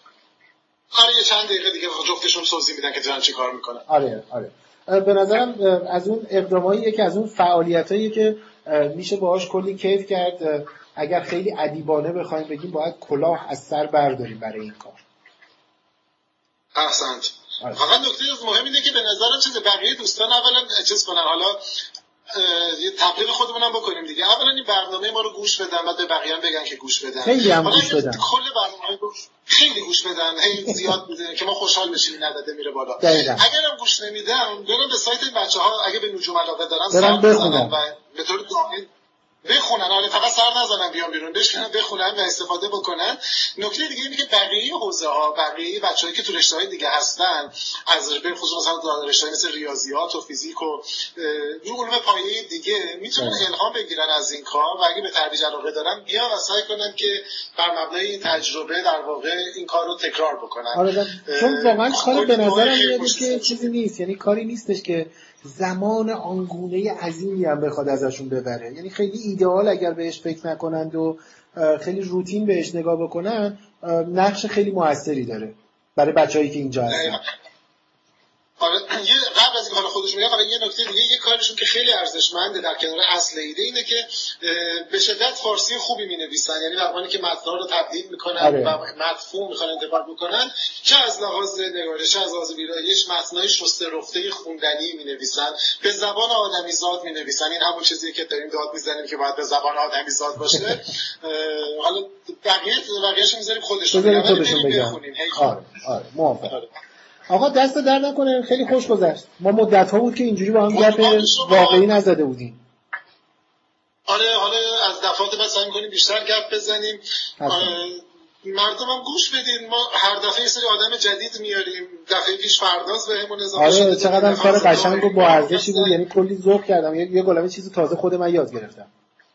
آره یه چند دقیقه دیگه جفتشون توضیح میدن که دارن چی کار میکنن. آره آره. به نظرم از اون اقداماییه که از اون فعالیتایی که میشه باهاش کلی کیف کرد. اگر خیلی ادیبانه بخوایم بگیم باید کلاه از سر برداریم برای این کار. احسنت. فقط نکته مهم اینه که به نظرم چیز بقیه دوستان اولا چیز کنن، حالا یه تبلیغ خودمونم بکنیم دیگه. اولا این برنامه ما رو گوش بدن، بعد به بقیه هم بگن که گوش بدن. خیلی هم گوش بدن. کل برنامه رو خیلی گوش بدن، هی زیاد میده که ما خوشحال بشیم نداده میره بالا. دقیقاً. اگر هم گوش نمیدن برن به سایت بچه‌ها، اگه به نجوم علاقه دارن سر بزنن و به طور دائمی بخونن. آره فقط سر نزنن بیان بیرون، بشکنن بخونن و استفاده بکنن. نکته دیگه اینه که بقیه حوزه ها، بقیه بچه‌هایی که تو رشته‌های دیگه هستن، از به خصوص مثلا رشته‌های مثل ریاضیات و فیزیک و علوم پایه‌ای دیگه میتونن الهام بگیرن از این کار و اگه به ترویج علاقه دارن بیان و سعی کنن که بر مبنای این تجربه در واقع این کار رو تکرار بکنن. آره چون واقعا کار به نظرم میاد که چیزی نیست، یعنی کاری نیستش که زمان آنگونه عظیمی هم بخواد ازشون ببره. یعنی خیلی ایدئال اگر بهش فکر نکنند و خیلی روتین بهش نگاه بکنن، نقش خیلی موثری داره برای بچه‌هایی که اینجا هستن. آره یه قبل از اینکه حالا خودش میگه فقط یه نکته دیگه، یه کارشون که خیلی ارزشمنده در کنار اصل ایده اینه که به شدت فارسی خوبی مینویسن. یعنی زمانی که متن‌ها رو تبدیل میکنن آره. و مفهوم میخوان انتقال بکنن، چه از لحاظ نگارش چه از لحاظ ویرایش، متن‌های شسته رفته خوندنی مینویسن، به زبان آدمیزاد مینویسن. این همون چیزیه که داریم داد میزنیم که باید به زبان آدمیزاد باشه. حالا بقیه بقیه‌اش میذاریم خودشون بگن. آره آره موافقم. آقا دست در نکنه، خیلی خوش گذشت. ما مدت ها بود که اینجوری با هم گپ واقعی نزده بودیم. آره حالا از دفعات بعد سعی می‌کنیم بیشتر گپ بزنیم. مردم هم گوش بدین. ما هر دفعه یه سری آدم جدید میاریم. دفعه پیش فرداز بهمون اضافه شد. آره چقدر کار قشنگ و با ارزشی بود. یعنی کلی ذوق کردم. یه گلمه چیز تازه خود من یاد گرفتم.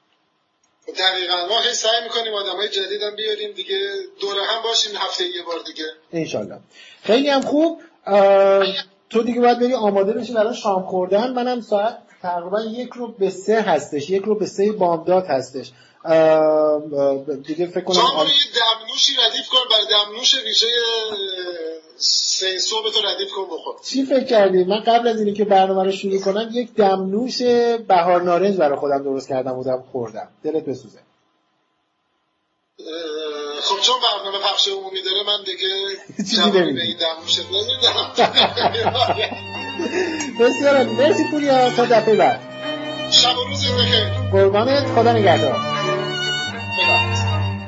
دقیقاً ما خیلی سعی می‌کنیم آدمای جدیدم بیاریم دیگه، دوره هم باشیم هفته یه بار دیگه ان شاءالله. خیلی هم خوب. تو دیگه باید بری آماده بشی برای شام خوردن. منم ساعت تقریبا یک رو به سه هستش، یک رو به سه بامداد هستش. دیگه فکر کنم شما یه دمنوشی ردیف کن، برای دمنوش ویژه سه صبح تو ردیف کن بخور. چی فکر کردی؟ من قبل از اینکه برنامه رو شروع کنم یک دمنوش بهار نارنج برای خودم درست کردم بودم خوردم. دلت بسوزه. خب چون برنامه پخش عمومی داره من دیگه جوابی به این دمنوشت نمیدم. بسیار مرسی پوریا، تا دفعه بعد. شب و روز بخیر. قربانت، خدا نگهدار. خدا.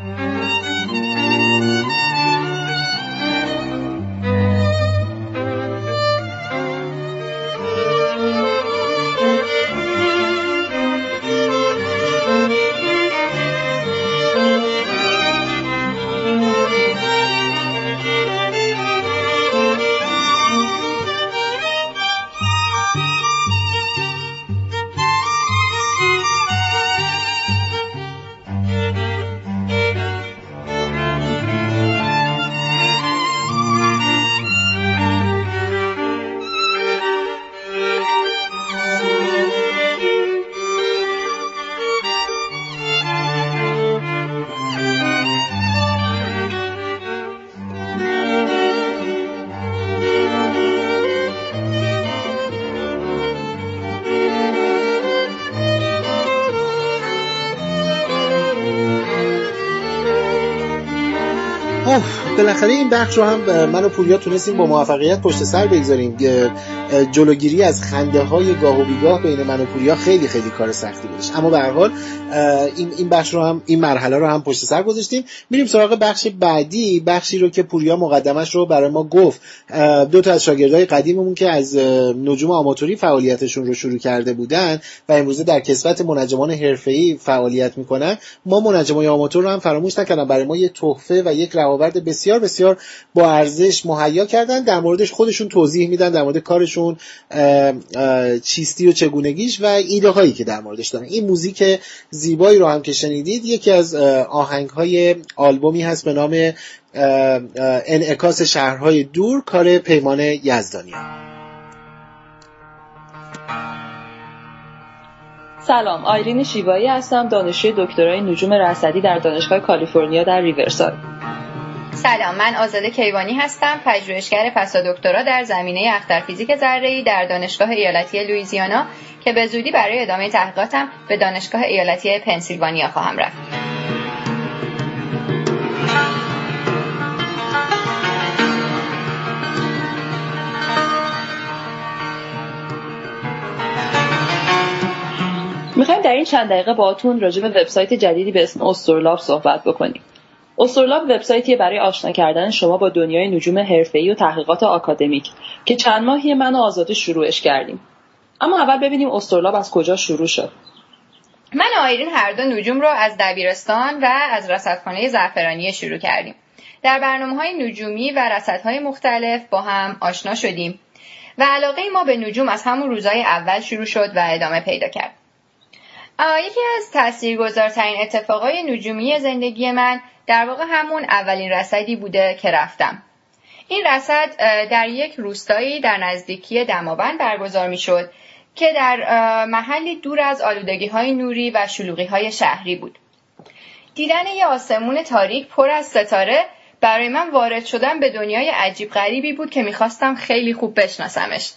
بالاخره این بخش رو هم من و پوریا تونستیم با موفقیت پشت سر بگذاریم. جلوگیری از خنده های گاه و بیگاه بین من و پوریا خیلی خیلی کار سختی بودش، اما به هر حال این این بخش رو هم، این مرحله رو هم پشت سر گذاشتیم. میریم سراغ بخش بعدی، بخشی رو که پوریا مقدمش رو برای ما گفت. دو تا از شاگردای قدیممون که از نجوم آماتوری فعالیتشون رو شروع کرده بودن و امروزه در کسوت منجمان حرفه‌ای فعالیت میکنن، ما منجمای آماتور رو هم فراموش نکردن، برای ما یه تحفه و یک روابط بسیار بسیار با ارزش مهیا کردن. در موردش خودشون توضیح میدن، در مورد کارشون چیستی و چگونگیش و ایده هایی که در موردش دارن. این موزیک زیبایی رو هم که شنیدید یکی از آهنگ های آلبومی هست به نام انعکاس شهرهای دور، کار پیمان یزدانیان. سلام، آیرین شیوایی هستم، دانشجوی دکترای نجوم رصدی در دانشگاه کالیفرنیا در ریورساید. سلام، من آزاده کیوانی هستم، پژوهشگر پسادکترا در زمینه اخترفیزیک ذره‌ای در دانشگاه ایالتی لوئیزیانا که به زودی برای ادامه تحقیقاتم به دانشگاه ایالتی پنسیلوانیا خواهم رفت. میخوایم در این چند دقیقه باهاتون راجع به وبسایت جدیدی به اسم استرلاب صحبت بکنیم. استرلاب وبسایتیه برای آشنا کردن شما با دنیای نجوم حرفه‌ای و تحقیقات آکادمیک که چند ماهی من و آزاده شروعش کردیم. اما اول ببینیم استرلاب از کجا شروع شد. من و آیرین هر دو نجوم رو از دبیرستان و از رصدخانه زعفرانی شروع کردیم. در برنامه‌های نجومی و رصدهای مختلف با هم آشنا شدیم و علاقه ما به نجوم از همون روزهای اول شروع شد و ادامه پیدا کرد. یکی از تاثیرگذارترین اتفاقای نجومی زندگی من در واقع همون اولین رصدی بوده که رفتم. این رصد در یک روستایی در نزدیکی دماوند برگزار می شد که در محلی دور از آلودگی‌های نوری و شلوغی‌های شهری بود. دیدن یه آسمون تاریک پر از ستاره برای من وارد شدن به دنیای عجیب غریبی بود که می‌خواستم خیلی خوب بشناسمش.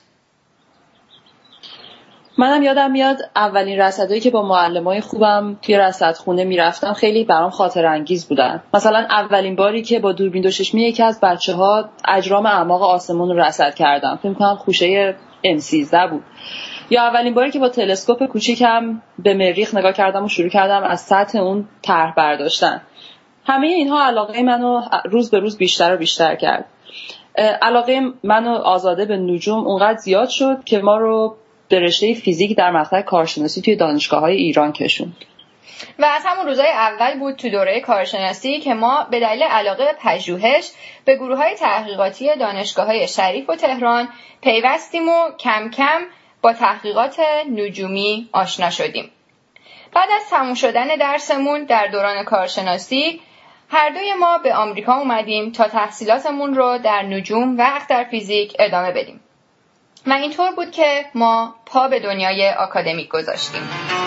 منم یادم میاد اولین رصدایی که با معلمای خوبم توی رصدخونه میرفتم خیلی برام خاطر انگیز بودن. مثلا اولین باری که با دوربین دو چشمی یکی از بچه‌ها اجرام اعماق آسمون رو رصد کردم، فکر می‌کنم خوشه ام سیزده بود. یا اولین باری که با تلسکوپ کوچیکم به مریخ نگاه کردم و شروع کردم از سطح اون طرح برداشتن. همه اینها علاقه منو روز به روز بیشتر و بیشتر کرد. علاقه من و آزاده به نجوم اونقدر زیاد شد که ما رو به رشته فیزیک در مقطع کارشناسی توی دانشگاه‌های ایران کشوند. و از همون روزهای اول بود تو دوره کارشناسی که ما به دلیل علاقه پژوهش به گروه‌های تحقیقاتی دانشگاه‌های شریف و تهران پیوستیم و کم کم با تحقیقات نجومی آشنا شدیم. بعد از تموم شدن درسمون در دوران کارشناسی هر دوی ما به آمریکا اومدیم تا تحصیلاتمون رو در نجوم و اخترفیزیک ادامه بدیم. و اینطور بود که ما پا به دنیای آکادمیک گذاشتیم.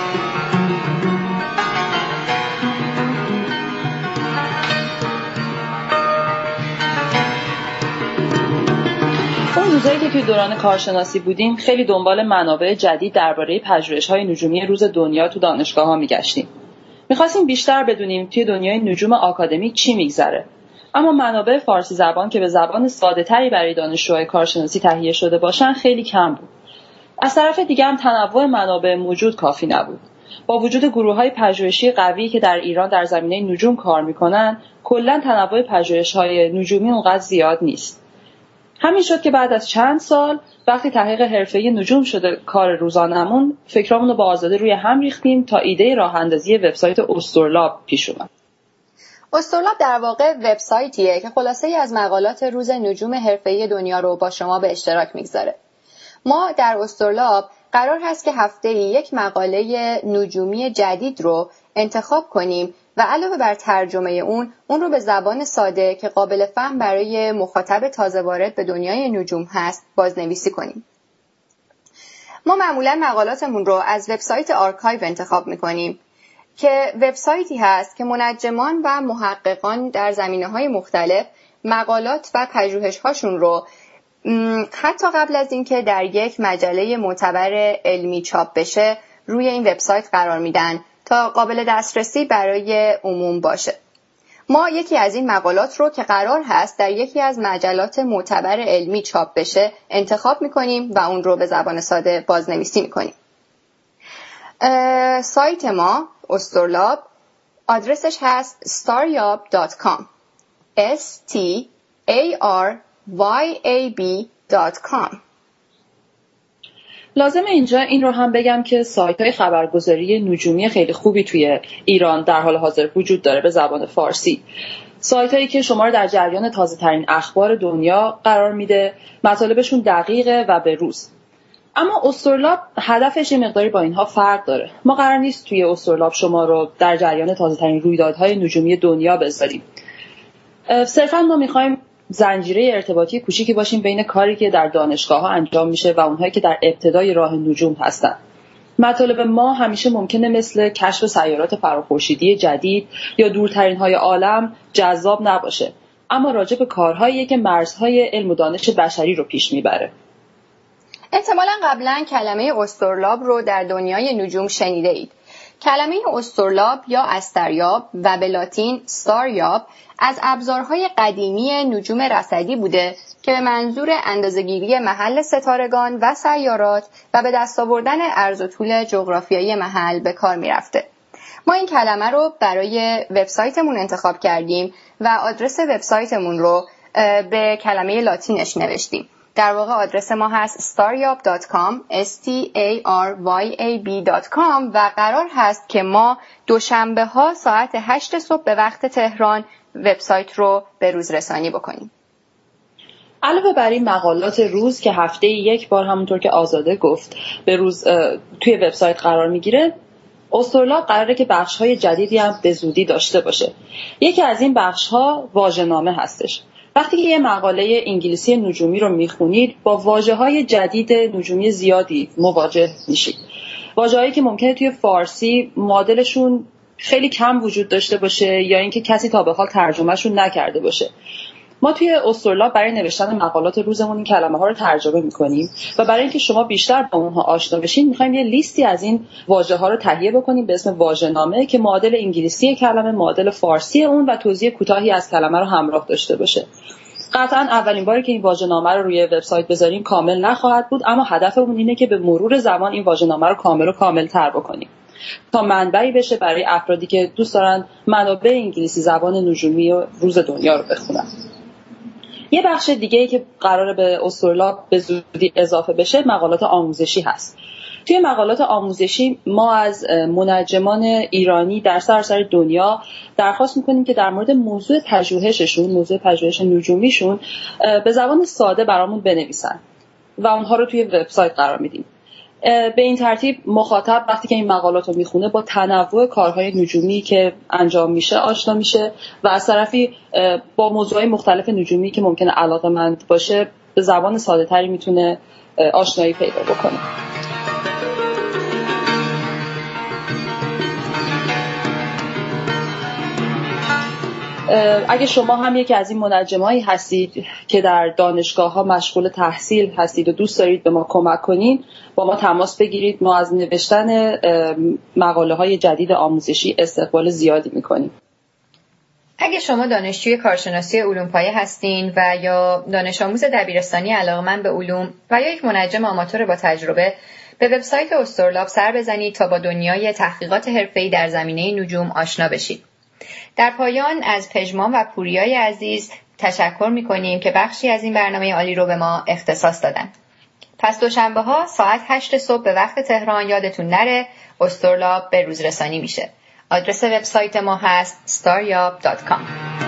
اون روزایی که توی دوران کارشناسی بودیم خیلی دنبال منابع جدید درباره پژوهش‌های نجومی روز دنیا تو دانشگاه‌ها می‌گشتیم. می‌خواستیم بیشتر بدونیم توی دنیای نجوم آکادمیک چی می‌گذره. اما منابع فارسی زبان که به زبان ساده‌تری برای دانشجوهای کارشناسی تهیه شده باشن خیلی کم بود. از طرف دیگه هم تنوع منابع موجود کافی نبود. با وجود گروه‌های پژوهشی قوی که در ایران در زمینه نجوم کار می‌کنن، کلاً تنوع پژوهش‌های نجومی اونقدر زیاد نیست. همین شد که بعد از چند سال وقتی تحقیق حرفه‌ای نجوم شده کار روزانمون، فکرامون رو با آزاده روی هم ریختیم تا ایده راه اندازی وبسایت استرلاب پیش اومد. استرلاب در واقع وبسایتیه که خلاصه‌ای از مقالات روز نجوم حرفه‌ای دنیا رو با شما به اشتراک میگذاره. ما در استرلاب قرار هست که هفته‌ای یک مقاله نجومی جدید رو انتخاب کنیم و علاوه بر ترجمه اون، اون رو به زبان ساده که قابل فهم برای مخاطب تازه وارد به دنیای نجوم هست بازنویسی کنیم. ما معمولاً مقالاتمون رو از وبسایت آرکایو انتخاب می‌کنیم که وبسایتی هست که منجمان و محققان در زمینه‌های مختلف مقالات و پژوهش‌هاشون رو حتی قبل از اینکه در یک مجله معتبر علمی چاپ بشه روی این وبسایت قرار میدن تا قابل دسترسی برای عموم باشه. ما یکی از این مقالات رو که قرار هست در یکی از مجلات معتبر علمی چاپ بشه انتخاب میکنیم و اون رو به زبان ساده بازنویسی میکنیم. سایت ما استرلاب آدرسش هست staryab دات کام اس تی ای آر وای ای بی دات کام. لازمه اینجا این رو هم بگم که سایت‌های خبرگزاری نجومی خیلی خوبی توی ایران در حال حاضر وجود داره به زبان فارسی. سایت‌هایی که شما رو در جریان تازه‌ترین اخبار دنیا قرار میده، مطالبشون دقیقه و به روز. اما استرلاب هدفش یه مقداری با اینها فرق داره. ما قرار نیست توی استرلاب شما رو در جریان تازه‌ترین رویدادهای نجومی دنیا بذاریم. صرفاً ما می‌خوایم زنجیره ارتباطی کوچیکی باشیم بین کاری که در دانشگاه‌ها انجام میشه و اونهایی که در ابتدای راه نجوم هستن. مطالب ما همیشه ممکنه مثل کشف سیارات فراخورشیدی جدید یا دورترین های عالم جذاب نباشه، اما راجع به کارهایی که مرزهای علم و دانش بشری رو پیش میبره. احتمالاً قبلا کلمه استرلاب رو در دنیای نجوم شنیده اید. کلمه استرلاب یا استریاب و به لاتین ستاریاب از ابزارهای قدیمی نجوم رصدی بوده که به منظور اندازه‌گیری محل ستارگان و سیارات و به دست آوردن عرض و طول جغرافیایی محل به کار می‌رفته. ما این کلمه رو برای وبسایتمون انتخاب کردیم و آدرس وبسایتمون رو به کلمه لاتینش نوشتیم. در واقع آدرس ما هست staryab دات کام اس تی ای آر وای ای بی دات کام و قرار هست که ما دوشنبه ها ساعت هشت صبح به وقت تهران وبسایت رو به روز رسانی بکنیم. علاوه بر این مقالات روز که هفته یک بار همونطور که آزاده گفت به روز توی وبسایت قرار میگیره، استرلاب قراره که بخش‌های جدیدی هم به زودی داشته باشه. یکی از این بخش‌ها واژه‌نامه هستش. وقتی که یه مقاله انگلیسی نجومی رو میخونید با واژه‌های جدید نجومی زیادی مواجه میشید. واژه‌هایی که ممکنه توی فارسی معادلشون خیلی کم وجود داشته باشه یا اینکه کسی تا به حال ترجمهشون نکرده باشه. ما توی استرلاب برای نوشتن مقالات روزمون این کلمه ها رو ترجمه میکنیم و برای اینکه شما بیشتر با اونها آشنا بشین میخوایم یه لیستی از این واژه ها رو تهیه بکنیم به اسم واژه‌نامه که معادل انگلیسی کلمه، معادل فارسی اون و توضیح کوتاهی از کلمه رو همراه داشته باشه. قطعا اولین باری که این واژه‌نامه رو روی وبسایت بذاریم کامل نخواهد بود، اما هدفمون اینه که به مرور زمان این واژه‌نامه رو کامل و کامل‌تر بکنیم تا منبعی بشه برای افرادی که دوست دارن منابع انگلیسی زبان نجومی و روز دنیا رو بخونن. یه بخش دیگه‌ای که قراره به استرلاب به زودی اضافه بشه مقالات آموزشی هست. توی مقالات آموزشی ما از منجمان ایرانی در سراسر دنیا درخواست میکنیم که در مورد موضوع پژوهششون، موضوع پژوهش نجومیشون به زبان ساده برامون بنویسن و اونها رو توی وبسایت قرار میدیم. به این ترتیب مخاطب وقتی که این مقالات رو میخونه با تنوع کارهای نجومی که انجام میشه آشنا میشه و از طرفی با موضوعات مختلف نجومی که ممکنه علاقه‌مند باشه به زبان ساده تری میتونه آشنایی پیدا بکنه. اگه شما هم یکی از این منجمایی هستید که در دانشگاه‌ها مشغول تحصیل هستید و دوست دارید به ما کمک کنین، با ما تماس بگیرید. ما از نوشتن مقاله‌های جدید آموزشی استقبال زیادی می‌کنیم. اگه شما دانشجوی کارشناسی علوم پایه هستین و یا دانش آموز دبیرستانی علاقه‌مند به علوم و یا یک منجم آماتور با تجربه، به وبسایت استرلاب سر بزنید تا با دنیای تحقیقات حرفه‌ای در زمینه نجوم آشنا بشید. در پایان از پژمان و پوریای عزیز تشکر می‌کنیم که بخشی از این برنامه عالی رو به ما اختصاص دادن. پس دوشنبه ها ساعت هشت صبح به وقت تهران یادتون نره استرلاب به روز رسانی میشه. آدرس وبسایت ما هست staryab دات کام.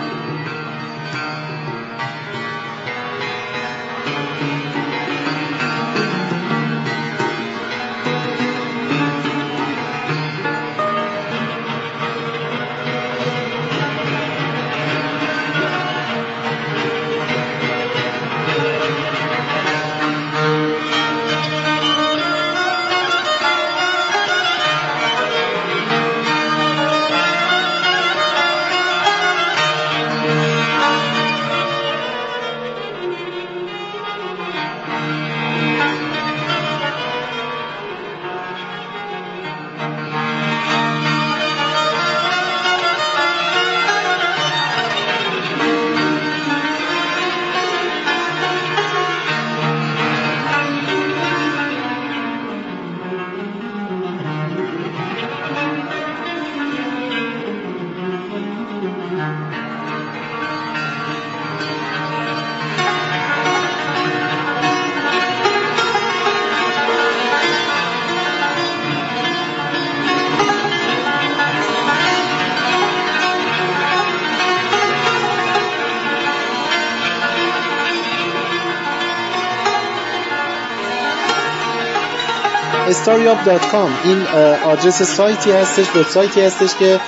staryab دات کام این آدرس سایتی هستش، وبسایتی هستش که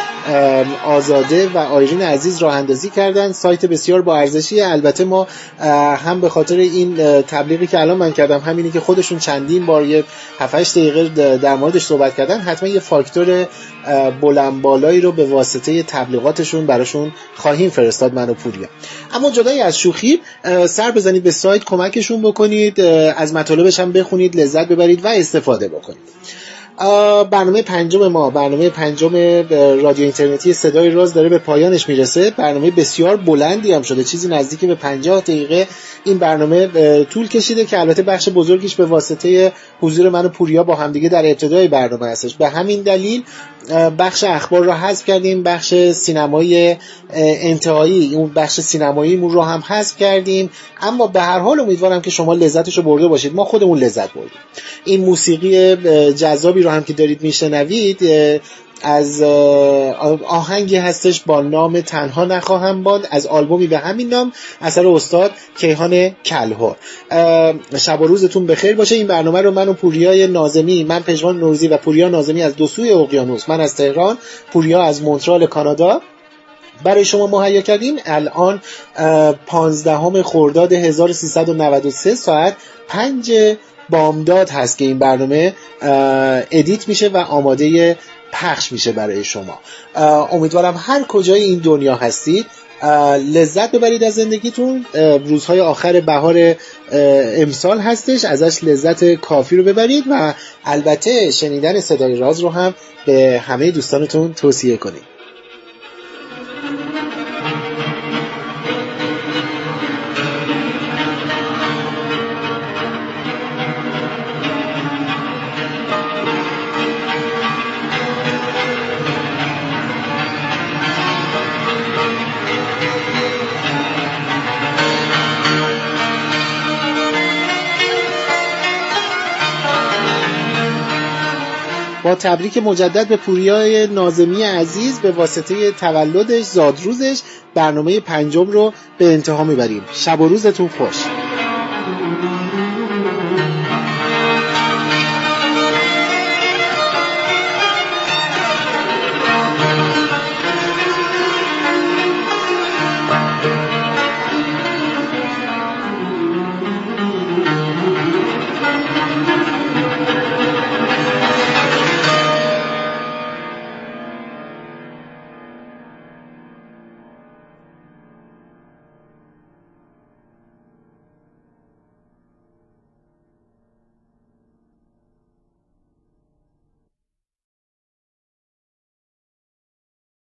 آزاده و آیرین عزیز راه اندازی کردن. سایت بسیار با ارزشیه. البته ما هم به خاطر این تبلیغی که الان من کردم، همینی که خودشون چندین بار یه هفت هشت دقیقه در موردش صحبت کردن، حتما یه فاکتور بلند بالایی رو به واسطه تبلیغاتشون براشون خواهیم فرستاد من و پوریا. اما جدای از شوخی، سر بزنید به سایت، کمکشون بکنید، از مطالبش هم بخونید، لذت ببرید و استفاده بکنید. برنامه پنجم ما، برنامه پنجم رادیو اینترنتی صدای راز داره به پایانش میرسه. برنامه بسیار بلندی هم شده، چیزی نزدیک به پنجاه دقیقه این برنامه طول کشیده که البته بخش بزرگیش به واسطه حضور من و پوریا با همدیگه در ابتدای برنامه هستش. به همین دلیل بخش اخبار رو حذف کردیم، بخش سینمایی انتهایی، اون بخش سینماییمون رو هم حذف کردیم. اما به هر حال امیدوارم که شما لذتش رو برده باشید. ما خودمون لذت بردیم. این موسیقی جذابی رو هم که دارید میشنوید از آهنگی هستش با نام تنها نخواهم ماند، از آلبومی به همین نام اثر استاد کیهان کلهر. شب و روزتون بخیر باشه. این برنامه رو من و پوریای ناظمی، من پژمان نوروزی و پوریا ناظمی از دو سوی اقیانوس، من از تهران، پوریا از مونترال کانادا، برای شما مهیا کردیم. الان پانزدهم خرداد هزار و سیصد و نود و سه ساعت پنج بامداد هست که این برنامه ادیت میشه و آماده پخش میشه برای شما. امیدوارم هر کجای این دنیا هستید لذت ببرید از زندگیتون. روزهای آخر بهار امسال هستش، ازش لذت کافی رو ببرید و البته شنیدن صدای راز رو هم به همه دوستانتون توصیه کنید. با تبریک مجدد به پوریای ناظمی عزیز به واسطه تولدش، زادروزش، برنامه پنجم رو به انتها میبریم. شب و روزتون خوش.